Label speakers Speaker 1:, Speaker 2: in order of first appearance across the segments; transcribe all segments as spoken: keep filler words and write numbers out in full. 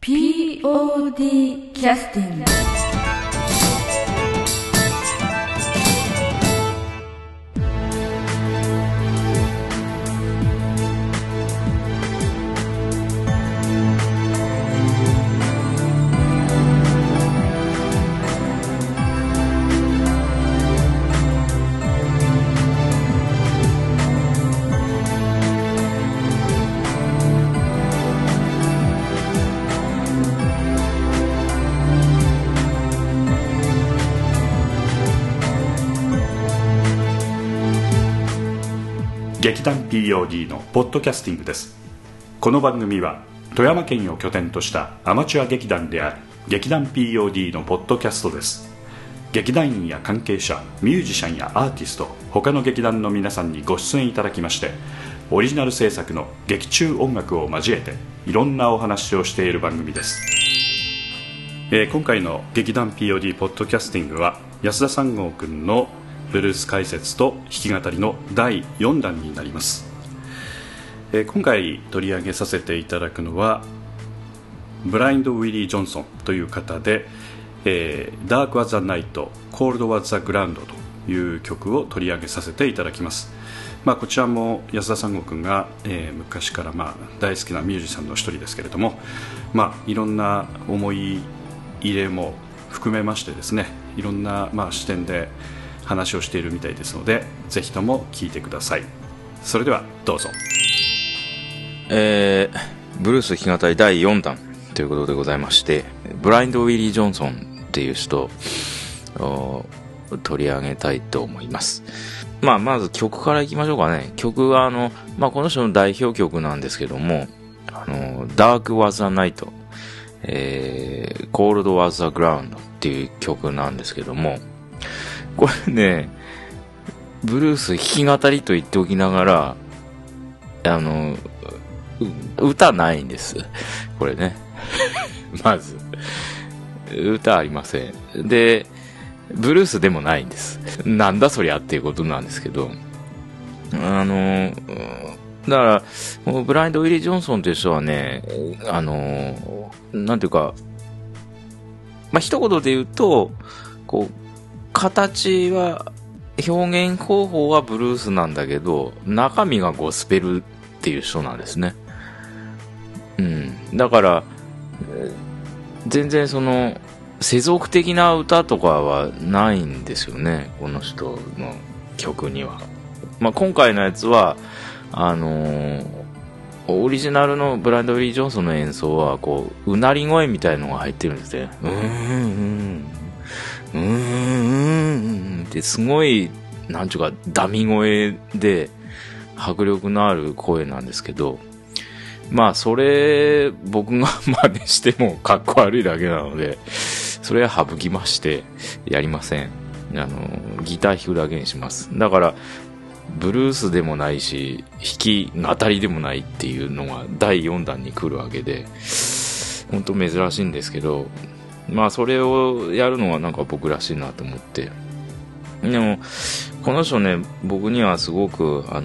Speaker 1: ピーオーディー キャスティング。
Speaker 2: 劇団 ピーオーディー のポッドキャスティングです。この番組は富山県を拠点としたアマチュア劇団である劇団 ピーオーディー のポッドキャストです。劇団員や関係者、ミュージシャンやアーティスト、他の劇団の皆さんにご出演いただきまして、オリジナル制作の劇中音楽を交えていろんなお話をしている番組です。えー、今回の劇団 ピーオーディー ポッドキャスティングは安田三郷くんのブルース解説と弾き語りのだいよんだんになります。えー、今回取り上げさせていただくのはブラインド・ウィリー・ジョンソンという方で、えー、Dark Was the Night, Cold Was the Ground という曲を取り上げさせていただきます。まあ、こちらも安田三郷くんが、えー、昔からまあ大好きなミュージシャンの一人ですけれども、まあ、いろんな思い入れも含めましてですね、いろんなまあ視点で話をしているみたいですので、ぜひとも聞いてください。それではどうぞ。
Speaker 3: えー、ブルース弾き語りだいよんだんということでございまして、ブラインド・ウィリー・ジョンソンっていう人を取り上げたいと思います。まあ、まず曲からいきましょうかね。曲はあの、まあ、この人の代表曲なんですけども、あの、Dark Was the Night、えー、Cold Was the Ground っていう曲なんですけども、これね、ブルース弾き語りと言っておきながら、あの、歌ないんです。これね。まず。歌ありません。で、ブルースでもないんです。なんだそりゃっていうことなんですけど。あの、だから、ブラインド・ウィリー・ジョンソンという人はね、あの、なんていうか、まあ、一言で言うと、こう、形は表現方法はブルースなんだけど中身がゴスペルっていう人なんですね。うん、だから全然その世俗的な歌とかはないんですよね、この人の曲には。まあ、今回のやつはあのー、オリジナルのブラインド・ウィリー・ジョンソンの演奏はこううなり声みたいのが入ってるんですね。うーんうんうーんってすごいなんちゅうかダミ声で迫力のある声なんですけど、まあそれ僕が真似してもかっこ悪いだけなのでそれは省きましてやりません。あのギター弾くだけにします。だからブルースでもないし弾き語りでもないっていうのがだいよんだんに来るわけで本当珍しいんですけど、まあそれをやるのはなんか僕らしいなと思って。でもこの人ね、僕にはすごくあの、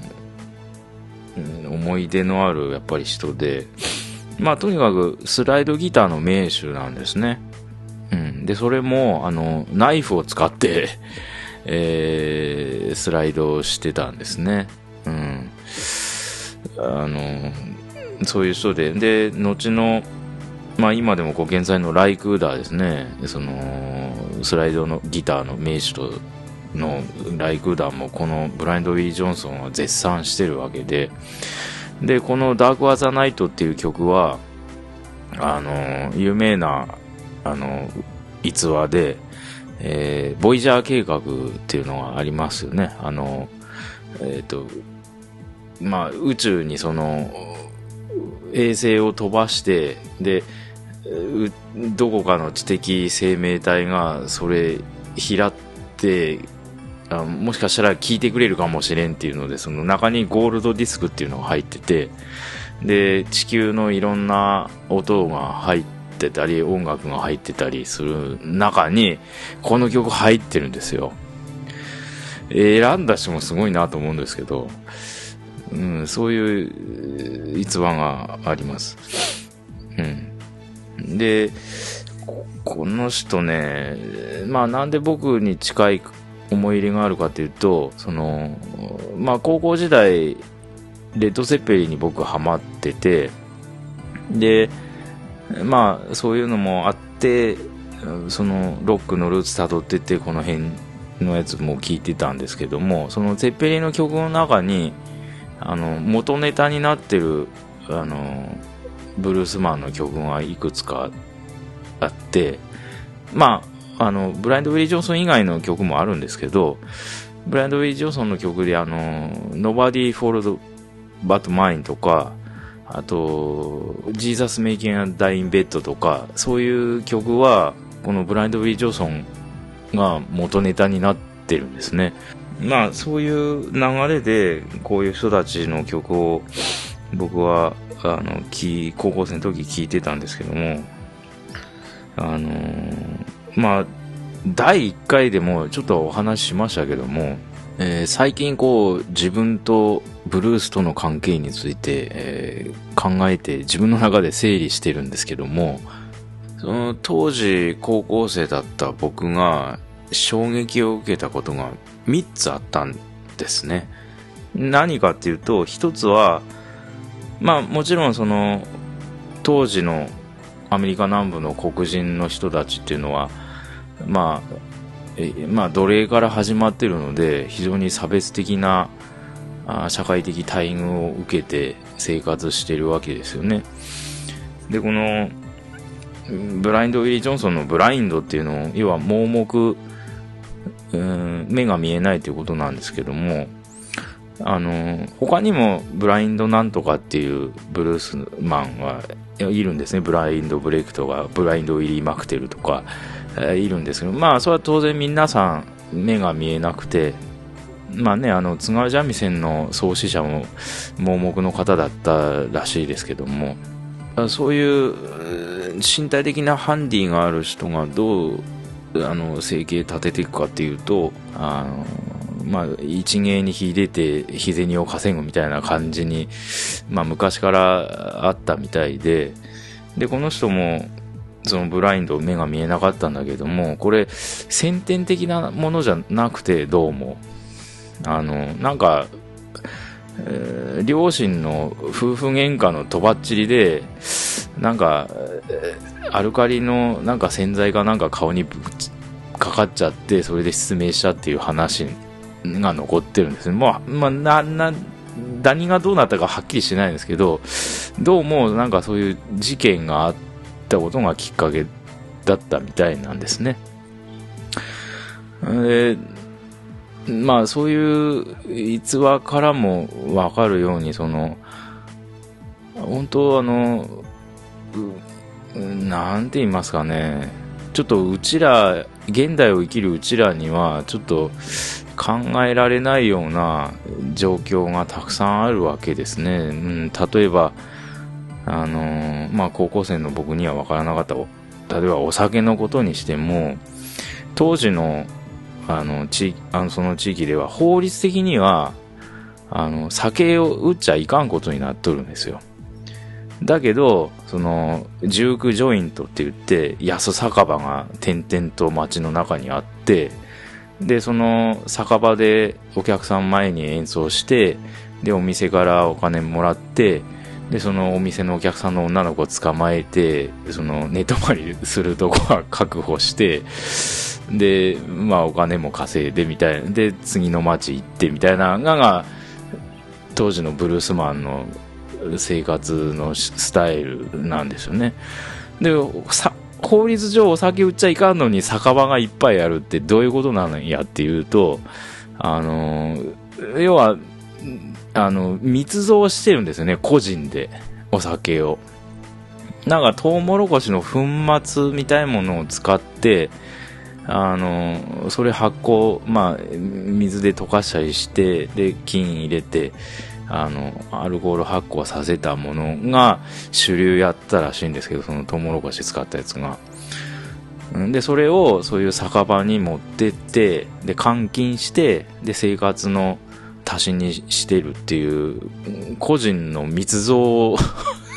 Speaker 3: うん、思い出のあるやっぱり人で、まあとにかくスライドギターの名手なんですね。うん、でそれもあのナイフを使って、えー、スライドをしてたんですね。うん、あのそういう人で、で後のまあ今でもこう現在のライクーダーですね、そのスライドのギターの名手とのライクーダーもこのブラインド・ウィリー・ジョンソンは絶賛してるわけで、でこのダーク・ワザ・ナイトっていう曲はあの有名なあの逸話で、えー、ボイジャー計画っていうのがありますよね。あのえっとまあ宇宙にその衛星を飛ばして、でどこかの知的生命体がそれ拾ってあもしかしたら聞いてくれるかもしれんっていうので、その中にゴールドディスクっていうのが入ってて、で地球のいろんな音が入ってたり音楽が入ってたりする中にこの曲入ってるんですよ。選んだ人もすごいなと思うんですけど、うん、そういう逸話があります。うんで、この人ね、まあなんで僕に近い思い入れがあるかというと、その、まあ高校時代、レッド・ゼッペリンに僕ハマってて、で、まあそういうのもあって、そのロックのルーツ辿ってってこの辺のやつも聞いてたんですけども、そのゼッペリンの曲の中に、あの、元ネタになってる、あの、ブルースマンの曲がいくつかあって、まあ、あの、ブラインド・ウィリー・ジョンソン以外の曲もあるんですけど、ブラインド・ウィリー・ジョンソンの曲であの、Nobody Followed But Mine とか、あと、Jesus Making a Dying Bed とか、そういう曲は、このブラインド・ウィリー・ジョンソンが元ネタになってるんですね。まあ、そういう流れで、こういう人たちの曲を、僕は、あの、高校生の時聴いてたんですけども、あのー、まあ、だいいっかいでもちょっとお話ししましたけども、えー、最近こう自分とブルースとの関係について、えー、考えて自分の中で整理してるんですけども、その当時高校生だった僕が衝撃を受けたことがみっつあったんですね。何かっていうと、一つは、まあもちろんその当時のアメリカ南部の黒人の人たちっていうのは、まあ、えまあ奴隷から始まってるので非常に差別的なあ社会的待遇を受けて生活しているわけですよね。で、このブラインド・ウィリー・ジョンソンのブラインドっていうのを、要は盲目、うん、目が見えないということなんですけども、あの他にもブラインドなんとかっていうブルースマンはいるんですね。ブラインド・ブレイクとかブラインド・ウィリー・マクテルとか、えー、いるんですけど、まあそれは当然皆さん目が見えなくて、まあね、あの津軽三味線の創始者も盲目の方だったらしいですけども、そういう身体的なハンディがある人がどうあの生計立てていくかっていうと、あのまあ、一芸に秀でて日銭を稼ぐみたいな感じに、まあ、昔からあったみたいで、でこの人もそのブラインド目が見えなかったんだけども、これ先天的なものじゃなくて、どうもあのなんか、えー、両親の夫婦喧嘩のとばっちりで、なんかアルカリのなんか洗剤がなんか顔にかかっちゃって、それで失明したっていう話が残ってるんですね。まあ、まあ、な、な、何がどうなったかはっきりしてないんですけど、どうもなんかそういう事件があったことがきっかけだったみたいなんですね。で、まあそういう逸話からもわかるように、その、本当あの、なんて言いますかね、ちょっとうちら、現代を生きるうちらにはちょっと考えられないような状況がたくさんあるわけですね。うん、例えばあのー、まあ高校生の僕には分からなかった、例えばお酒のことにしても、当時のあの地あのその地域では法律的にはあの酒を売っちゃいかんことになっとるんですよ。だけどそのジュークジョイントって言って安酒場が点々と街の中にあって、でその酒場でお客さん前に演奏して、でお店からお金もらって、でそのお店のお客さんの女の子を捕まえて、その寝泊まりするとこは確保して、でまあお金も稼いでみたいな、で次の街行ってみたいなのが当時のブルースマンの生活のスタイルなんですよね。でさ法律上お酒売っちゃいかんのに酒場がいっぱいあるってどういうことなのやっていうと、あの要はあの密造してるんですよね、個人でお酒を。なんかトウモロコシの粉末みたいなものを使って、あのそれ発酵、まあ水で溶かしたりして、で菌入れてあのアルコール発酵させたものが主流やったらしいんですけど、そのトウモロコシ使ったやつが。でそれをそういう酒場に持ってって、で換金して、で生活の足しにしてるっていう個人の密造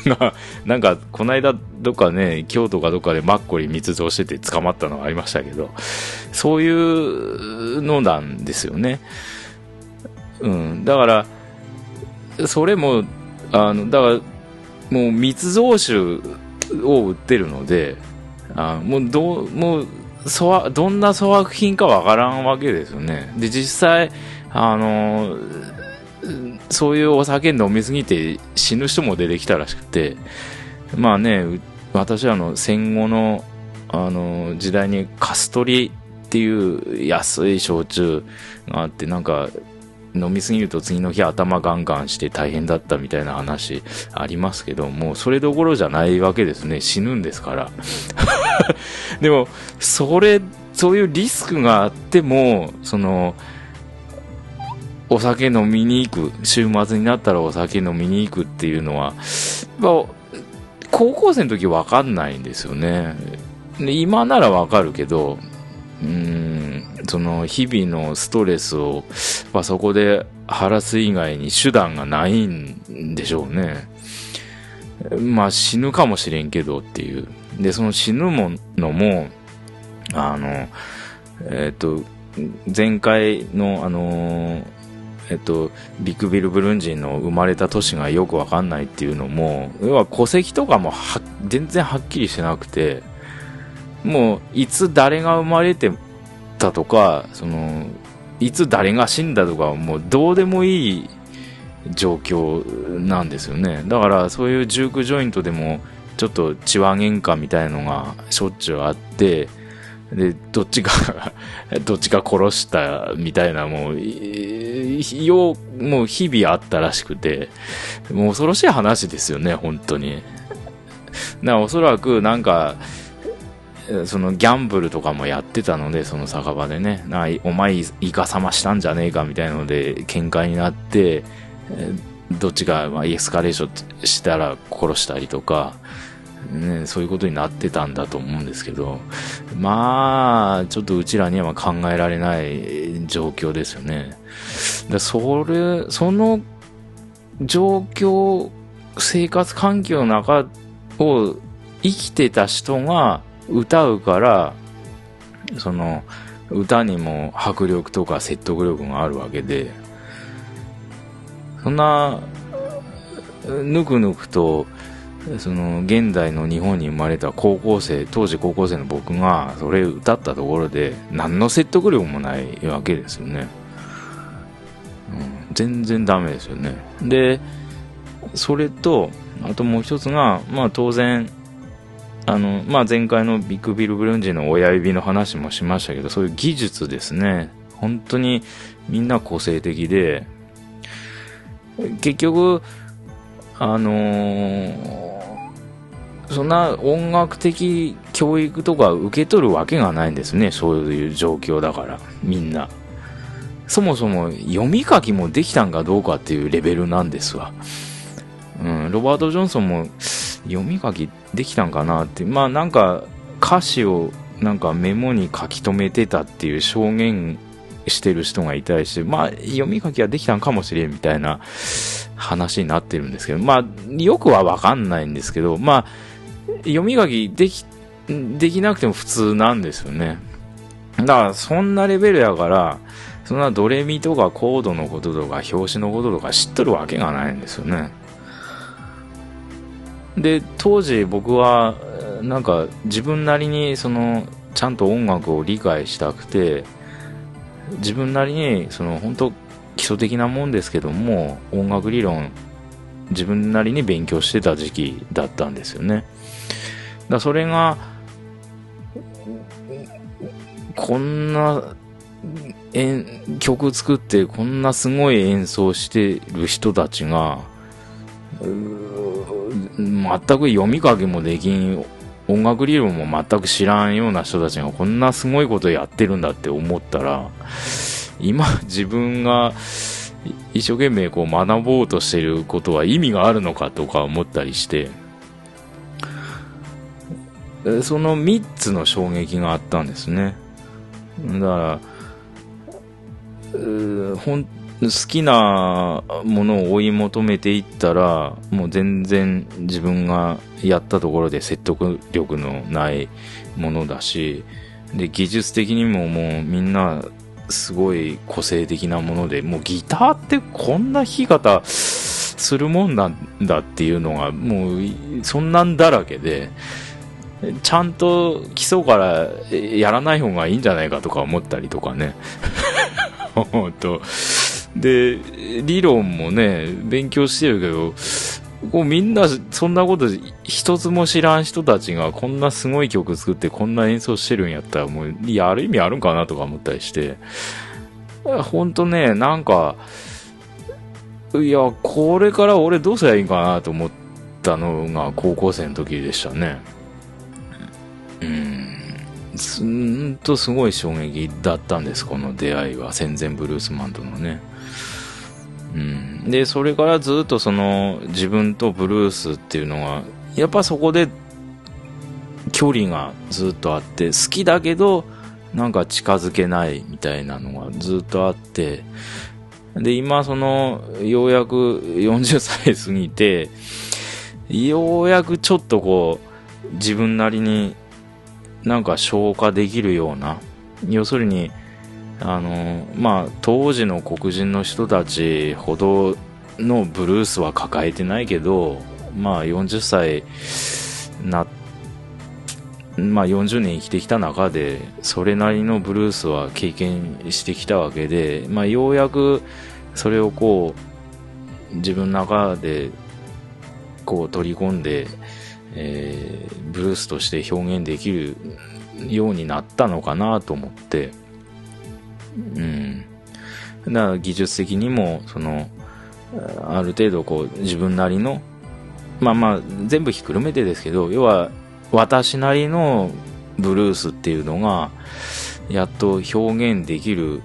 Speaker 3: がなんかこの間どっかね京都かどっかでマッコリ密造してて捕まったのがありましたけど、そういうのなんですよね。うん、だからそれもあのだからもう密造酒を売ってるので、あもうどうもう粗どんな粗悪品かわからんわけですよね。で実際あのそういうお酒飲みすぎて死ぬ人も出てきたらしくて、まあね、私はあの戦後のあの時代にカストリっていう安い焼酎があって、なんか飲みすぎると次の日頭ガンガンして大変だったみたいな話ありますけど、もうそれどころじゃないわけですね。死ぬんですからでもそれそういうリスクがあっても、そのお酒飲みに行く、週末になったらお酒飲みに行くっていうのは、まあ、高校生の時分かんないんですよね。で今なら分かるけど、うーんその日々のストレスを、まあ、そこで晴らす以外に手段がないんでしょうね。まあ死ぬかもしれんけどっていう。でその死ぬものもあのえっと前回のあのえっと、ビクビル・ブルン人の生まれた都市がよくわかんないっていうのも、要は戸籍とかもは全然はっきりしてなくて、もういつ誰が生まれてたとか、そのいつ誰が死んだとかもうどうでもいい状況なんですよね。だからそういうジュークジョイントでもちょっと血話喧嘩みたいのがしょっちゅうあって、でどっちかどっちか殺したみたいな、もうようもう日々あったらしくて、もう恐ろしい話ですよね本当に。だからおそらくなんかそのギャンブルとかもやってたので、その酒場でね、なお前イカサマしたんじゃねえかみたいなので喧嘩になって、どっちがまあエスカレーションしたら殺したりとかね、そういうことになってたんだと思うんですけど、まあちょっとうちらには考えられない状況ですよね。だそれその状況、生活環境の中を生きてた人が歌うから、その歌にも迫力とか説得力があるわけで、そんなぬくぬくとその現代の日本に生まれた高校生、当時高校生の僕がそれ歌ったところで何の説得力もないわけですよね、うん、全然ダメですよね。でそれとあともう一つが、まあ当然あの、まあ、前回のビッグビル・ブルンジの親指の話もしましたけど、そういう技術ですね。本当にみんな個性的で、結局あのーそんな音楽的教育とか受け取るわけがないんですね。そういう状況だからみんなそもそも読み書きもできたんかどうかっていうレベルなんですわ、うん、ロバート・ジョンソンも読み書きできたんかなって、まあなんか歌詞をなんかメモに書き留めてたっていう証言してる人がいたりして、まあ読み書きはできたんかもしれんみたいな話になってるんですけど、まあよくはわかんないんですけど、まあ読み書きできできなくても普通なんですよね。だからそんなレベルやから、そんなドレミとかコードのこととか表紙のこととか知っとるわけがないんですよね。で当時僕はなんか自分なりにそのちゃんと音楽を理解したくて、自分なりにその本当基礎的なもんですけども音楽理論自分なりに勉強してた時期だったんですよね。だそれがこんな曲作ってこんなすごい演奏してる人たちが全く読み書きもできん、音楽理論も全く知らんような人たちがこんなすごいことやってるんだって思ったら、今自分が一生懸命こう学ぼうとしていることは意味があるのかとか思ったりして、そのみっつの衝撃があったんですね。だからほん好きなものを追い求めていったらもう全然自分がやったところで説得力のないものだし、で技術的にももうみんなすごい個性的なもので、もうギターってこんな弾き方するもんなんだっていうのがもうそんなんだらけで、ちゃんと基礎からやらない方がいいんじゃないかとか思ったりとかね本当で理論もね勉強してるけど、こうみんなそんなこと一つも知らん人たちがこんなすごい曲作ってこんな演奏してるんやったらもうやる意味あるんかなとか思ったりして、ほんとねなんかいやこれから俺どうすりゃいいんかなと思ったのが高校生の時でしたね。うーんずーっとすごい衝撃だったんです、この出会いは。戦前ブルースマンとのね。うん、でそれからずっとその自分とブルースっていうのがやっぱそこで距離がずっとあって、好きだけどなんか近づけないみたいなのがずっとあって、で今そのようやくよんじゅっさい過ぎてようやくちょっとこう自分なりになんか消化できるような、要するにあのまあ当時の黒人の人たちほどのブルースは抱えてないけど、まあよんじゅっさいなまあよんじゅうねん生きてきた中でそれなりのブルースは経験してきたわけで、まあようやくそれをこう自分の中でこう取り込んで、えー、ブルースとして表現できるようになったのかなと思って、うん、だから技術的にもそのある程度こう自分なりのまあまあ全部ひっくるめてですけど、要は私なりのブルースっていうのがやっと表現できる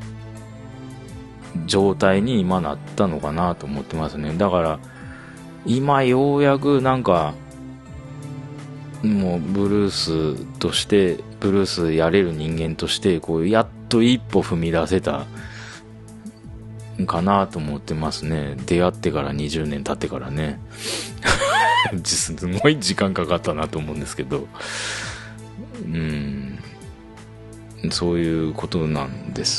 Speaker 3: 状態に今なったのかなと思ってますね。だから今ようやくなんかもうブルースとしてブルースやれる人間としてこうやっと一歩踏み出せたかなと思ってますね。出会ってからにじゅうねん経ってからねすごい時間かかったなと思うんですけど、うんそういうことなんです。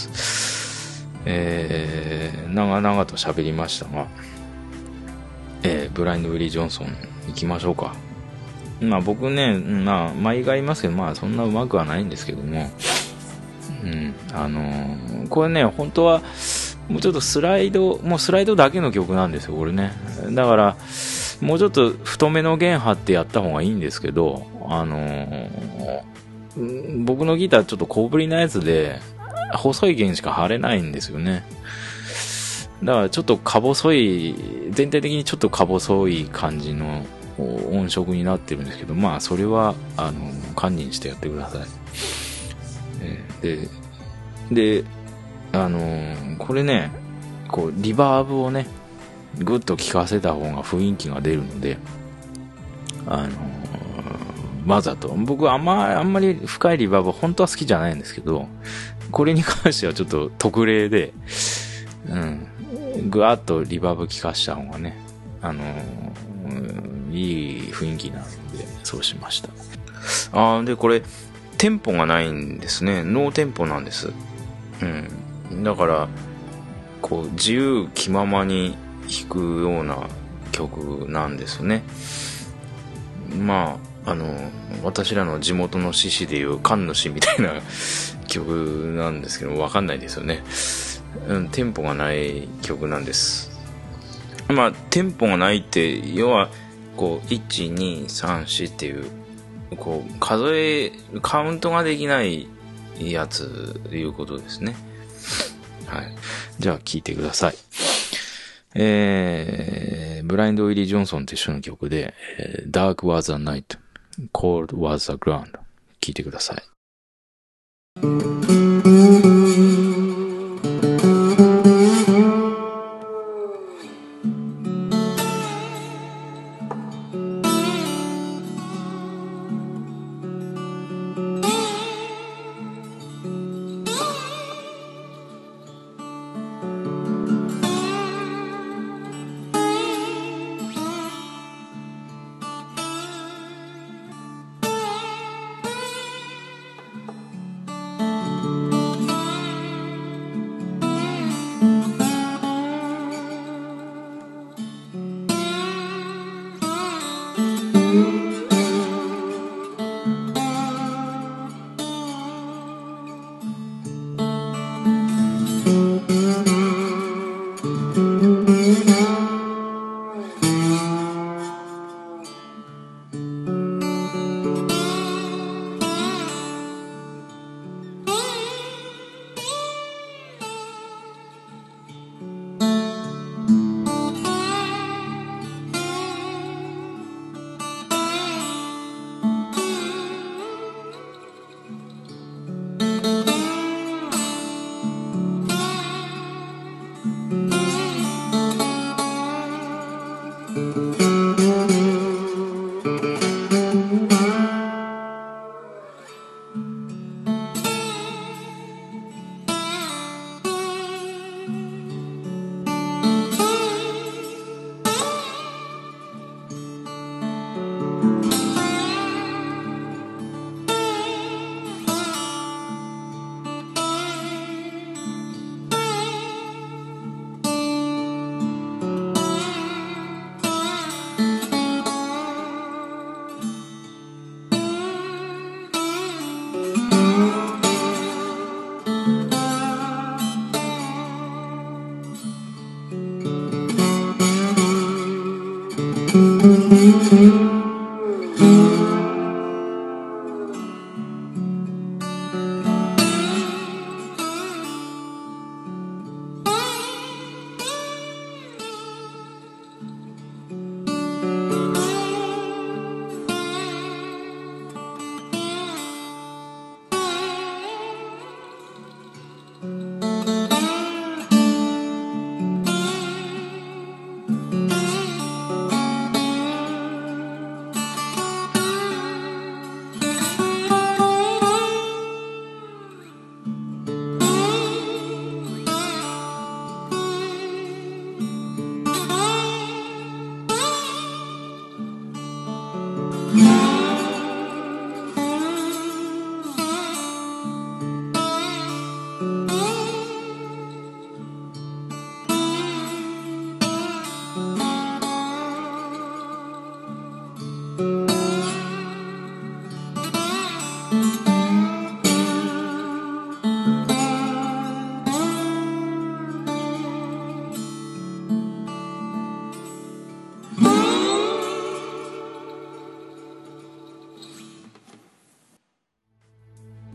Speaker 3: えー、長々と喋りましたが、えー、ブラインド・ウィリー・ジョンソン行きましょうか。まあ僕ね、まあ毎回言いますけど、まあそんな上手くはないんですけども、うん、あのー、これね、本当はもうちょっとスライド、もうスライドだけの曲なんですよ、これね。だから、もうちょっと太めの弦張ってやった方がいいんですけど、あのー、僕のギターちょっと小ぶりなやつで、細い弦しか張れないんですよね。だからちょっとか細い、全体的にちょっとか細い感じの音色になってるんですけど、まあそれはあの堪忍してやってください。えー、でであのー、これねこうリバーブをねグッと効かせた方が雰囲気が出るので、あのー、わざと僕はあんまあんまり深いリバーブ本当は好きじゃないんですけど、これに関してはちょっと特例で、うんぐわっとリバーブ効かした方がね、あのー、いい雰囲気なのでそうしました。あーでこれテンポがないんですね。ノーテンポなんです。うんだからこう自由気ままに弾くような曲なんですね。まああの私らの地元の獅子でいう神主みたいな曲なんですけど、わかんないですよね。うん、テンポがない曲なんです。まあテンポがないって要はこういちにさんしっていうこう数えカウントができないやつということですね。はい。じゃあ聴いてください。えー、ブラインド・ウィリー・ジョンソンと一緒の曲で、えー、Dark was a night, Cold was the ground 聴いてください。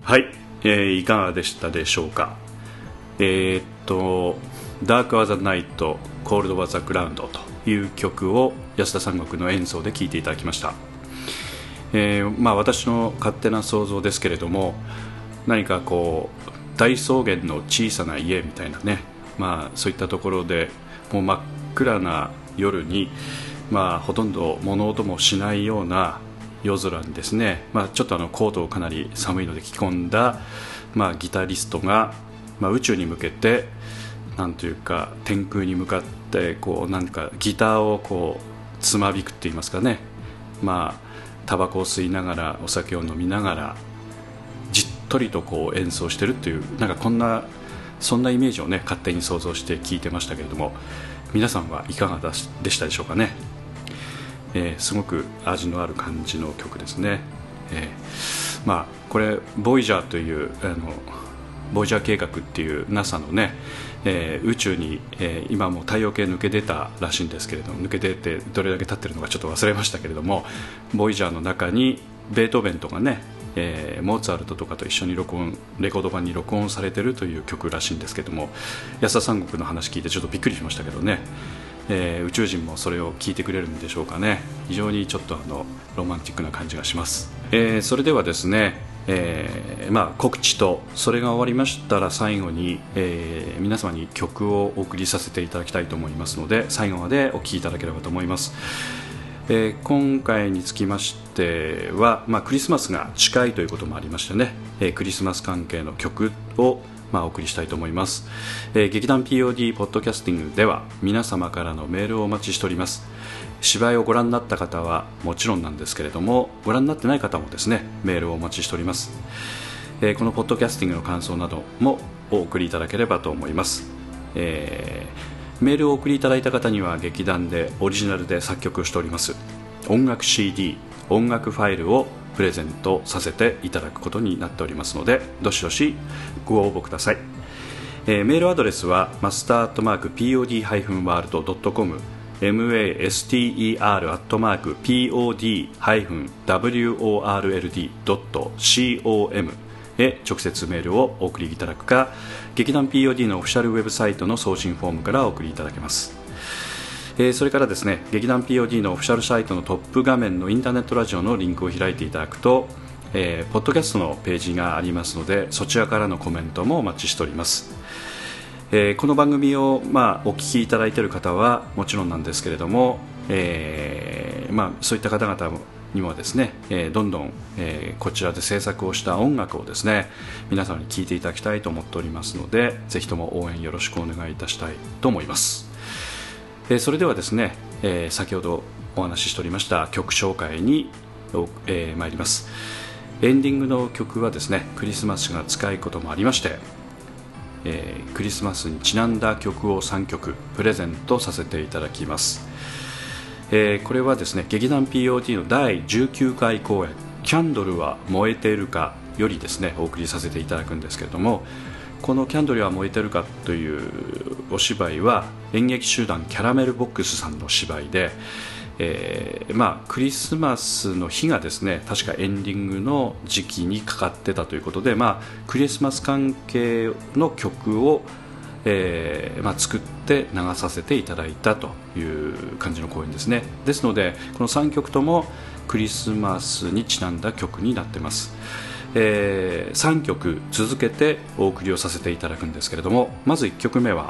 Speaker 2: はい、えー、いかがでしたでしょうか。えー、っとダーク・アザ・ナイト、コールド・ワザ・グラウンドという曲を安田三国の演奏で聴いていただきました。えーまあ、私の勝手な想像ですけれども、何かこう大草原の小さな家みたいなね、まあ、そういったところでもう真っ暗な夜に、まあ、ほとんど物音もしないような夜空にですね、まあ、ちょっとあのコートをかなり寒いので着込んだ、まあ、ギタリストが、まあ、宇宙に向けてなんというか天空に向かってこうなんかギターをこうつまびくって言いますかね、まあタバコを吸いながらお酒を飲みながらじっとりとこう演奏してるっていう、なんかこんなそんなイメージをね勝手に想像して聴いてましたけれども、皆さんはいかがでしたでしょうかね。えー、すごく味のある感じの曲ですね。えー、まあこれボイジャーというあのボイジャー計画っていう ナサ のね、えー、宇宙に、えー、今もう太陽系抜け出たらしいんですけれども、抜け出てどれだけ経ってるのかちょっと忘れましたけれども、ボイジャーの中にベートーベンとかね、えー、モーツァルトとかと一緒に録音レコード版に録音されてるという曲らしいんですけども、安田三国の話聞いてちょっとびっくりしましたけどね、えー、宇宙人もそれを聞いてくれるんでしょうかね。非常にちょっとあのロマンティックな感じがします。えー、それではですね、えーまあ、告知とそれが終わりましたら最後に、えー、皆様に曲をお送りさせていただきたいと思いますので、最後までお聴きいただければと思います。えー、今回につきましては、まあ、クリスマスが近いということもありましてね、えー、クリスマス関係の曲をまあ、お送りしたいと思います。えー、劇団 ピーオーディー ポッドキャスティングでは皆様からのメールをお待ちしております。芝居をご覧になった方はもちろんなんですけれども、ご覧になってない方もですねメールをお待ちしております。えー、このポッドキャスティングの感想などもお送りいただければと思います。えー、メールをお送りいただいた方には劇団でオリジナルで作曲をしております音楽 シーディー、 音楽ファイルをプレゼントさせていただくことになっておりますので、どしどしご応募ください。えー、メールアドレスはマスターアットマーク ピーオーディー ハイフンワールドドットコム、 マスター アットマーク ピーオーディー ハイフンワールドドットコム へ直接メールをお送りいただくか、劇団 ピーオーディー のオフィシャルウェブサイトの送信フォームからお送りいただけます。えー、それからですね、劇団 ピーオーディー のオフィシャルサイトのトップ画面のインターネットラジオのリンクを開いていただくと、えー、ポッドキャストのページがありますので、そちらからのコメントもお待ちしております。えー、この番組を、まあ、お聞きいただいている方はもちろんなんですけれども、えーまあ、そういった方々にもですね、えー、どんどん、えー、こちらで制作をした音楽をですね皆さんに聴いていただきたいと思っておりますので、ぜひとも応援よろしくお願いいたしたいと思います。えー、それではですね、えー、先ほどお話ししておりました曲紹介に、えー、参ります。エンディングの曲はですね、クリスマスが近いこともありまして、えー、クリスマスにちなんだ曲をさんきょくプレゼントさせていただきます。えー、これはですね、劇団 ピーオーディー のだいじゅうきゅうかい公演キャンドルは燃えているかよりですねお送りさせていただくんですけれども、このキャンドルは燃えているかというお芝居は演劇集団キャラメルボックスさんの芝居で、えーまあ、クリスマスの日がですね確かエンディングの時期にかかってたということで、まあ、クリスマス関係の曲を、えーまあ、作って流させていただいたという感じの公演ですね。ですのでこのさんきょくともクリスマスにちなんだ曲になってます。えー、さんきょく続けてお送りをさせていただくんですけれども、まずいっきょくめは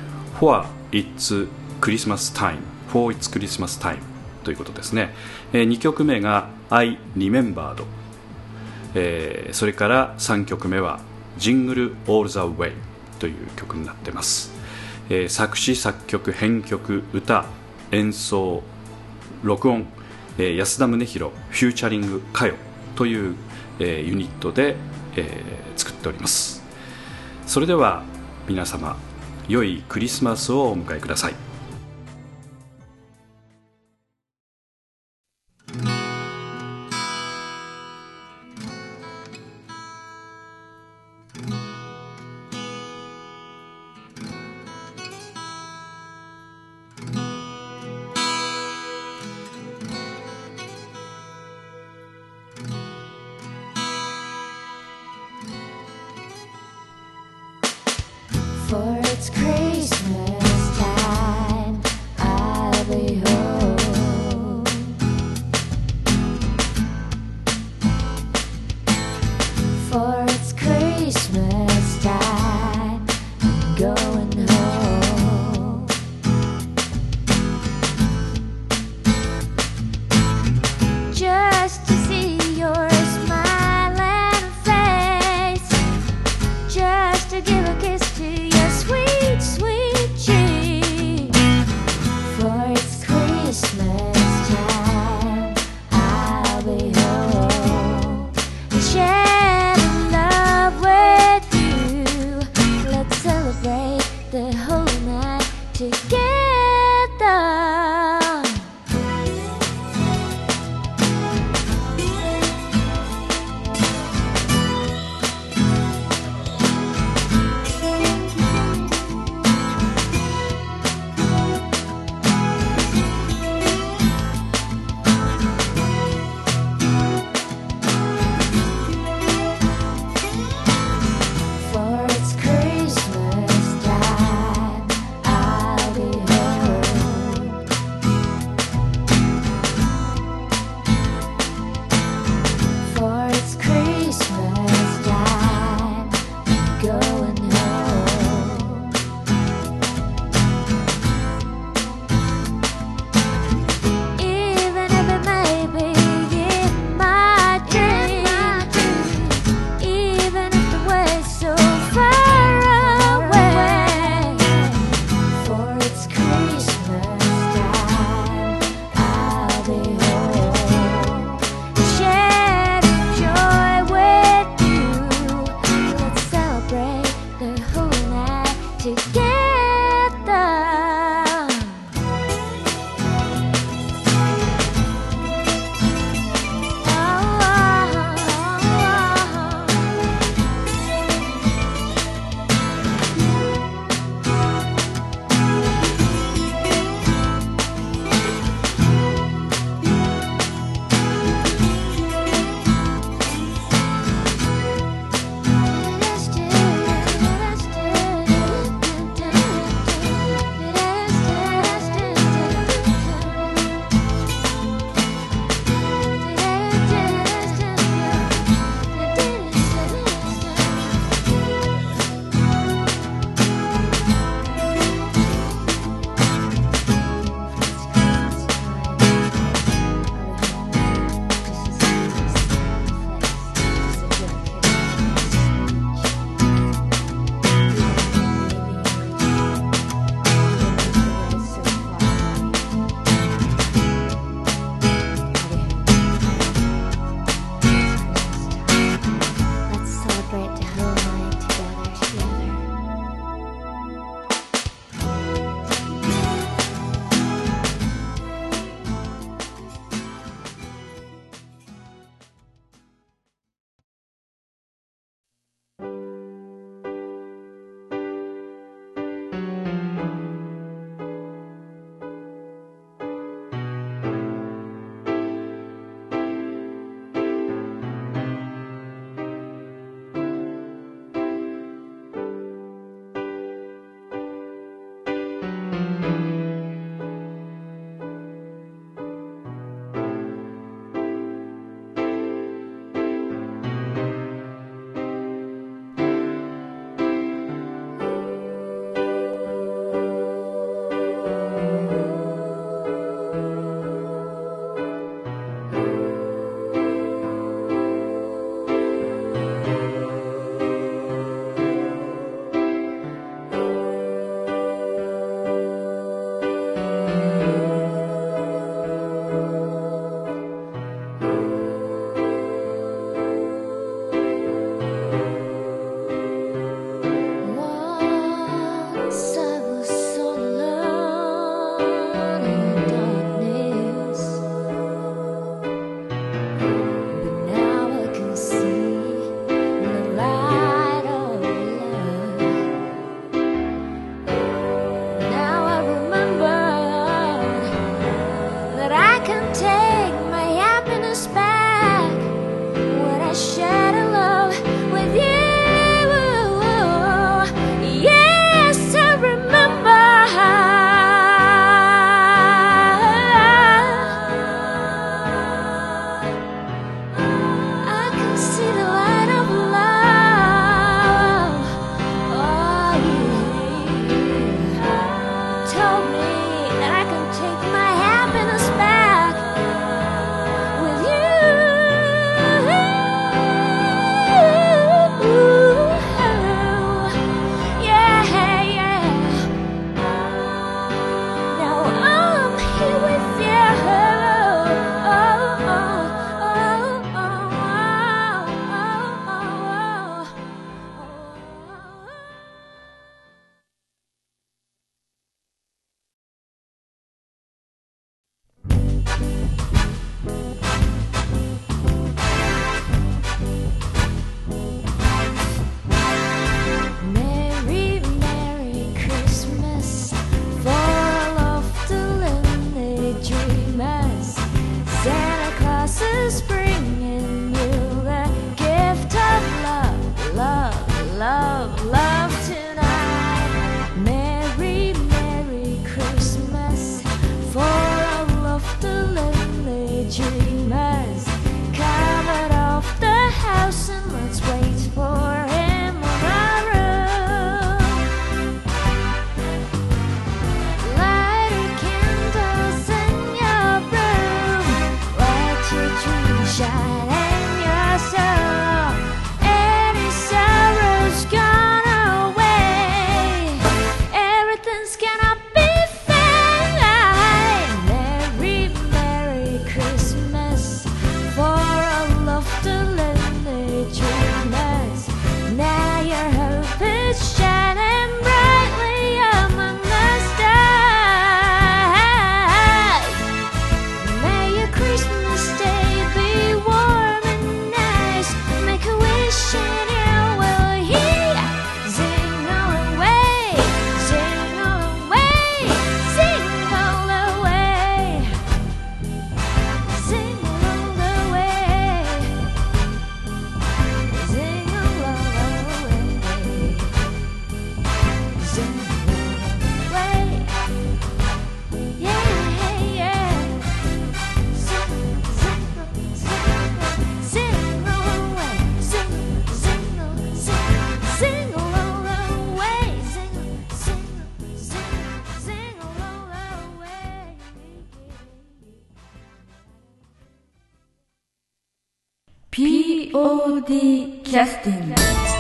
Speaker 2: For It's Christmas Time For It's Christmas Time ということですね。えー、にきょくめが I Remembered、えー、それからさんきょくめは Jingle All the Way という曲になってます。えー、作詞作曲編曲歌演奏録音、えー、安田宗弘フューチャリング歌謡という、えー、ユニットで、えー、作っております。それでは皆様良いクリスマスをお迎えください。
Speaker 4: For it's Christmas time, I'll be home. For it's Christmas time, I'm going home. Just to see your smiling face, just to give a kiss to your sweet, sweet
Speaker 1: ポッドキャスティング